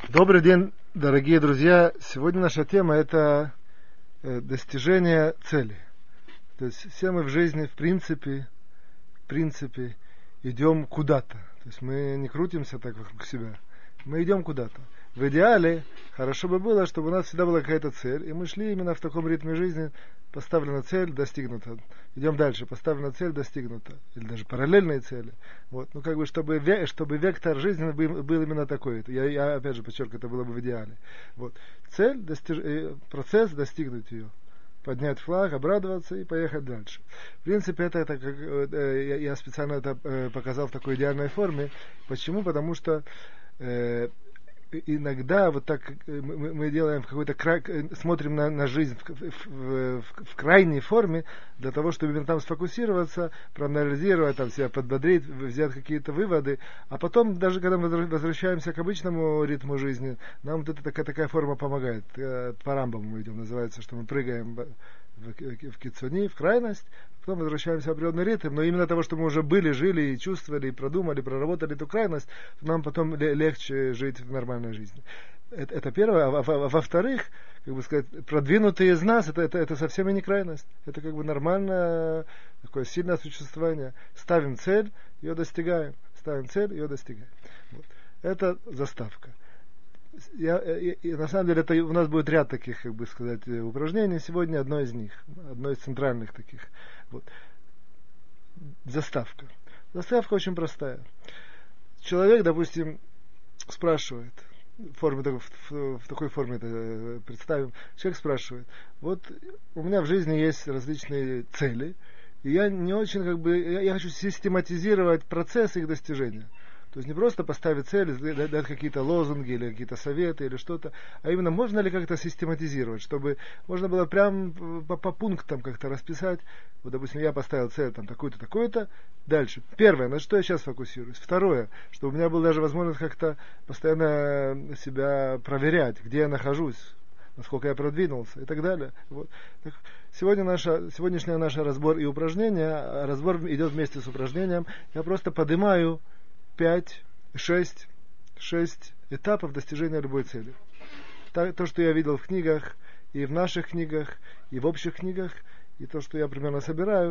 Добрый день, дорогие друзья. Сегодня наша тема – это достижение цели. То есть все мы в жизни, в принципе, идем куда-то. То есть мы не крутимся так вокруг себя. Мы идем куда-то. В идеале хорошо бы было, чтобы у нас всегда была какая-то цель, и мы шли именно в таком ритме жизни. Поставлена цель, достигнута. Идем дальше, поставлена цель, достигнута. Или даже параллельные цели. Вот. Ну, как бы, чтобы вектор жизни был именно такой. Я опять же подчеркиваю, это было бы в идеале. Вот. Цель, процесс, достигнуть ее. Поднять флаг, обрадоваться и поехать дальше. В принципе, это как, я специально это показал в такой идеальной форме. Почему? Потому что иногда вот так мы делаем в какой-то смотрим на жизнь в крайней форме для того, чтобы именно там сфокусироваться, проанализировать, там себя подбодрить, взять какие-то выводы, а потом, даже когда мы возвращаемся к обычному ритму жизни, нам вот эта такая форма помогает. По Рамбаму мы идем, называется, что мы прыгаем в кицуни, в крайность, потом возвращаемся в определенный ритм, но именно того, что мы уже были, жили, и чувствовали, и продумали, проработали эту крайность, нам потом легче жить в нормальной жизни. Это первое. А во-вторых, как бы сказать, продвинутые из нас, это совсем и не крайность. Это как бы нормальное, такое сильное существование. Ставим цель, ее достигаем. Ставим цель, ее достигаем. Вот. Это заставка. На самом деле, это у нас будет ряд таких, как бы сказать, упражнений. Сегодня одно из них, одно из центральных таких. Вот. Заставка. Заставка очень простая. Человек, допустим, спрашивает, в такой форме это представим, человек спрашивает, вот у меня в жизни есть различные цели, и я не очень, как бы, я хочу систематизировать процесс их достижения. То есть не просто поставить цель, дать какие-то лозунги или какие-то советы или что-то, а именно можно ли как-то систематизировать, чтобы можно было прям по пунктам как-то расписать. Вот, допустим, я поставил цель там такую-то, такую-то. Дальше. Первое, на что я сейчас фокусируюсь. Второе, чтобы у меня была даже возможность как-то постоянно себя проверять, где я нахожусь, насколько я продвинулся и так далее. Вот. Так, сегодняшний наш разбор и упражнения, разбор идет вместе с упражнением. Я просто поднимаю 5-6 этапов достижения любой цели. То, что я видел в книгах, и в наших книгах, и в общих книгах, и то, что я примерно собираю,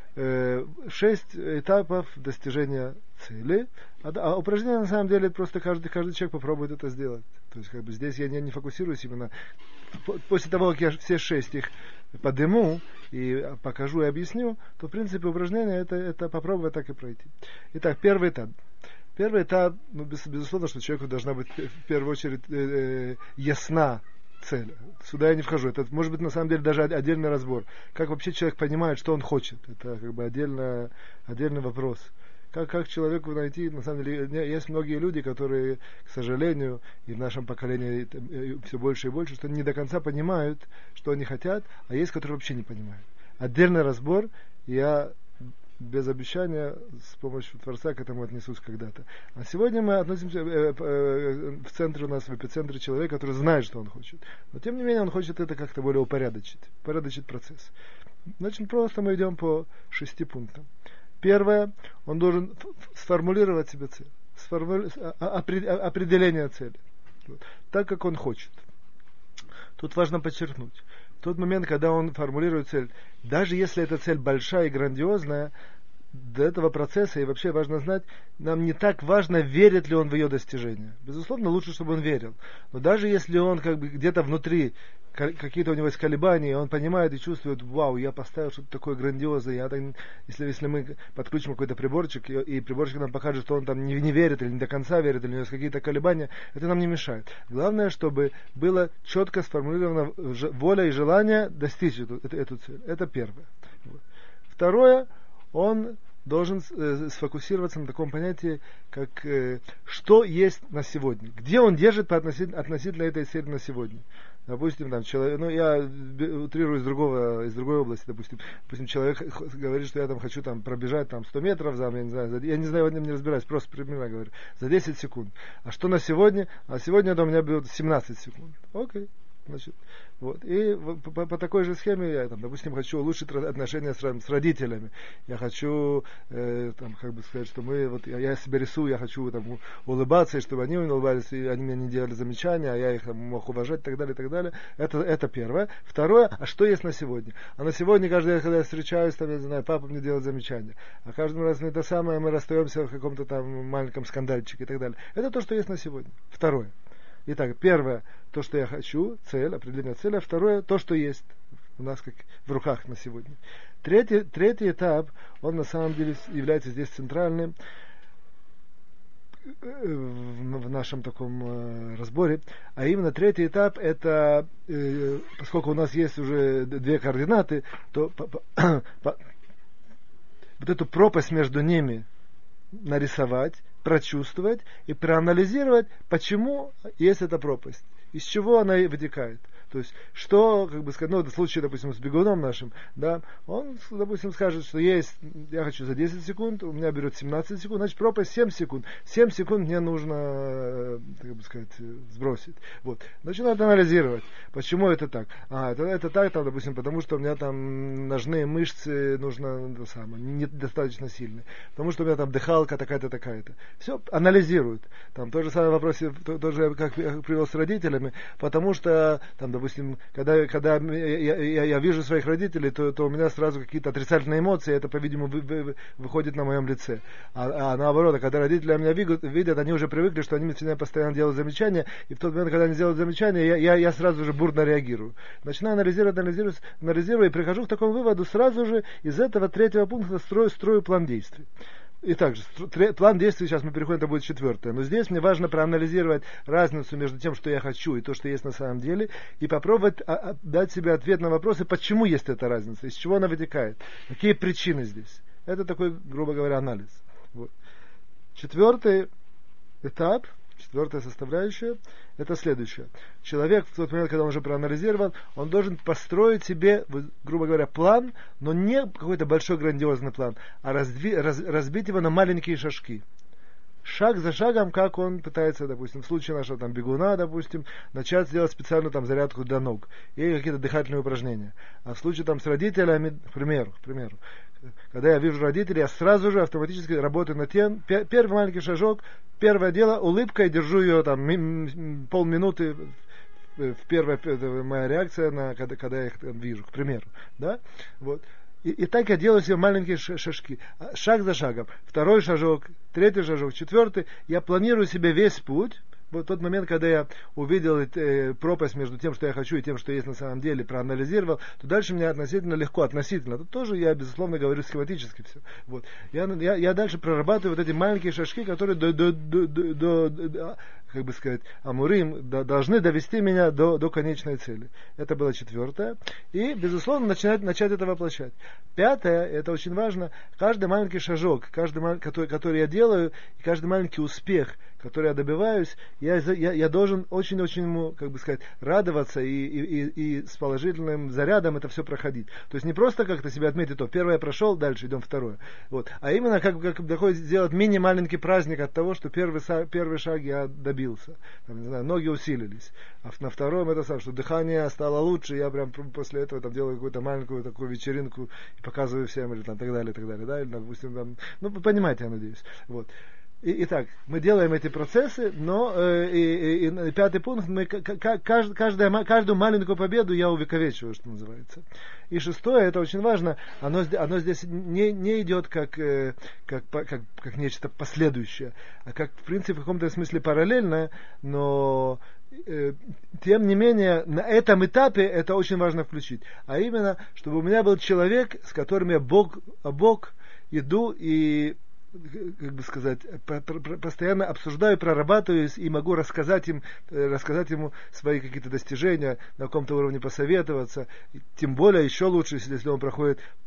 6 этапов достижения цели. А упражнение, на самом деле, просто каждый человек попробует это сделать. То есть, как бы здесь я не фокусируюсь именно. После того, как я все 6 их подниму и покажу и объясню, то, в принципе, упражнение это попробовать так и пройти. Итак, первый этап. Первый этап, безусловно, что человеку должна быть в первую очередь ясна цель. Сюда я не вхожу. Это может быть на самом деле даже отдельный разбор. Как вообще человек понимает, что он хочет. Это как бы отдельный вопрос. Как человеку найти, на самом деле, есть многие люди, которые, к сожалению, и в нашем поколении все больше и больше, что не до конца понимают, что они хотят, а есть, которые вообще не понимают. Отдельный разбор, я без обещания, с помощью Творца к этому отнесусь когда-то. А сегодня мы относимся в центре у нас, в эпицентре человек, который знает, что он хочет. Но тем не менее он хочет это как-то более упорядочить процесс. Значит, просто мы идем по 6 пунктам. Первое, он должен сформулировать себе цель, определение цели, так как он хочет. Тут важно подчеркнуть, тот момент, когда он формулирует цель, даже если эта цель большая и грандиозная, до этого процесса, и вообще важно знать, нам не так важно, верит ли он в ее достижение. Безусловно, лучше, чтобы он верил. Но даже если он как бы где-то внутри, какие-то у него есть колебания, он понимает и чувствует, вау, я поставил что-то такое грандиозное, если мы подключим какой-то приборчик, и приборчик нам покажет, что он там не верит, или не до конца верит, или у него есть какие-то колебания, это нам не мешает. Главное, чтобы было четко сформулирована воля и желание достичь эту цель. Это первое. Второе, он должен сфокусироваться на таком понятии, как что есть на сегодня. Где он держит относительно этой цели на сегодня. Допустим, там человек, я утрирую из другой области, допустим, человек говорит, что я там хочу пробежать 100 метров я не знаю, я не разбираюсь, просто примерно говорю, за 10 секунд. А что на сегодня? А сегодня у меня будет 17 секунд. Окей. Значит, вот. И по такой же схеме я, там, допустим, хочу улучшить отношения с родителями. Я хочу, там, как бы сказать, что мы, вот я себя рисую, я хочу там, улыбаться, и чтобы они улыбались, и они мне не делали замечания, а я их там, мог уважать, и так далее, и так далее. Это первое. Второе, а что есть на сегодня? А на сегодня, каждый раз, когда я встречаюсь, там, я не знаю, папа мне делает замечания. А каждый раз это самое, мы расстаемся в каком-то там маленьком скандальчике и так далее. Это то, что есть на сегодня. Второе. Итак, первое, то, что я хочу, цель, определение цели, а второе, то, что есть у нас как в руках на сегодня. Третий этап, он на самом деле является здесь центральным в нашем таком разборе, а именно третий этап, это, поскольку у нас есть уже две координаты, то вот эту пропасть между ними нарисовать, прочувствовать и проанализировать, почему есть эта пропасть, из чего она вытекает. То есть, что, как бы сказать, ну, в случае, допустим, с бегуном нашим, да, он, допустим, скажет, что есть, я хочу за 10 секунд, у меня берет 17 секунд, значит, пропасть 7 секунд. 7 секунд мне нужно, как бы сказать, сбросить. Вот. Начинают анализировать, почему это так. Это так, там, допустим, потому что у меня там ножные мышцы нужно, это самое, недостаточно сильные. Потому что у меня там дыхалка такая-то, такая-то. Все, анализируют. Там тот же самый вопрос, тоже как я привел с родителями, потому что, там, допустим, когда я вижу своих родителей, то у меня сразу какие-то отрицательные эмоции, это, по-видимому, выходит на моем лице. А наоборот, когда родители меня видят, они уже привыкли, что они мне постоянно делают замечания, и в тот момент, когда они делают замечания, я сразу же бурно реагирую. Начинаю анализирую, и прихожу к такому выводу, сразу же из этого третьего пункта строю план действий. Итак, план действий, сейчас мы переходим, это будет четвертое. Но здесь мне важно проанализировать разницу между тем, что я хочу, и то, что есть на самом деле, и попробовать дать себе ответ на вопросы, почему есть эта разница, из чего она вытекает, какие причины здесь. Это такой, грубо говоря, анализ. Вот. Четвертый этап, четвертая составляющая, это следующее. Человек в тот момент, когда он уже проанализирован, он должен построить себе, грубо говоря, план, но не какой-то большой грандиозный план, а разбить его на маленькие шажки. Шаг за шагом, как он пытается, допустим, в случае нашего там бегуна, допустим, начать сделать специальную там зарядку для ног и какие-то дыхательные упражнения. А в случае там с родителями, к примеру, когда я вижу родителей, я сразу же автоматически работаю над тем, первый маленький шажок, первое дело, улыбкой, держу ее там полминуты, первая моя реакция, когда я их вижу, к примеру, да, вот. И так я делаю себе маленькие шажки, шаг за шагом. Второй шажок, третий шажок, четвертый. Я планирую себе весь путь. Вот тот момент, когда я увидел пропасть между тем, что я хочу, и тем, что есть на самом деле, проанализировал, то дальше мне относительно легко. Тут тоже я, безусловно, говорю схематически все. Вот. Я дальше прорабатываю вот эти маленькие шажки, которые как бы сказать, амурим, должны довести меня до конечной цели. Это было четвертое. И, безусловно, начать это воплощать. Пятое, это очень важно, каждый маленький шажок, который я делаю, и каждый маленький успех, который я добиваюсь, я должен очень-очень ему, как бы сказать, радоваться и с положительным зарядом это все проходить. То есть не просто как-то себе отметить, то первое прошел, дальше идем второе. Вот. А именно как такой сделать мини-маленький праздник от того, что первый шаг я добился. Там, не знаю, ноги усилились. А на втором это сам, что дыхание стало лучше, я прям после этого там делаю какую-то маленькую такую вечеринку и показываю всем, или там так далее, да, или, допустим, там, ну, вы понимаете, я надеюсь. Вот. Итак, мы делаем эти процессы, но пятый пункт, мы каждую маленькую победу я увековечиваю, что называется. И шестое, это очень важно, оно здесь не идет как нечто последующее, а как, в принципе, в каком-то смысле параллельное, но тем не менее, на этом этапе это очень важно включить. А именно, чтобы у меня был человек, с которым я бок о бок иду и, как бы сказать, постоянно обсуждаю, прорабатываюсь и могу рассказать ему свои какие-то достижения, на каком-то уровне посоветоваться. Тем более, еще лучше, если он проходит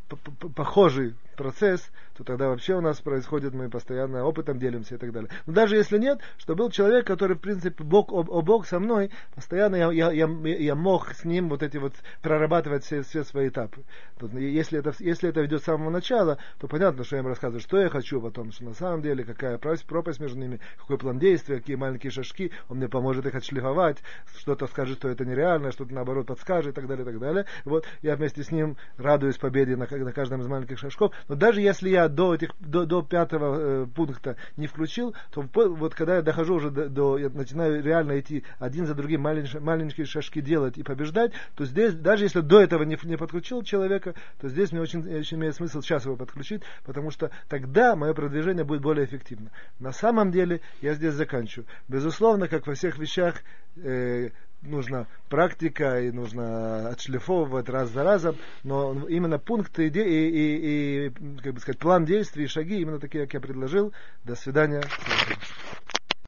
похожий процесс, то тогда вообще у нас происходит, мы постоянно опытом делимся и так далее. Но даже если нет, что был человек, который, в принципе, бок о бок со мной, постоянно я мог с ним вот эти вот прорабатывать все свои этапы. Если это идет с самого начала, то понятно, что я им рассказываю, что я хочу, потом, что на самом деле, какая пропасть между ними, какой план действия, какие маленькие шажки, он мне поможет их отшлифовать, что-то скажет, что это нереально, что-то наоборот подскажет и так далее, и так далее. Вот я вместе с ним радуюсь победе на каждом из маленьких шажков. Но даже если я до 5-го пункта не включил, то вот когда я дохожу уже я начинаю реально идти один за другим маленькие шажки делать и побеждать, то здесь, даже если до этого не подключил человека, то здесь мне очень имеет смысл сейчас его подключить, потому что тогда мое продвижение будет более эффективно. На самом деле я здесь заканчиваю. Безусловно, как во всех вещах, нужна практика и нужно отшлифовывать раз за разом, но именно пункты и как бы сказать, план действий, шаги, именно такие, как я предложил. До свидания.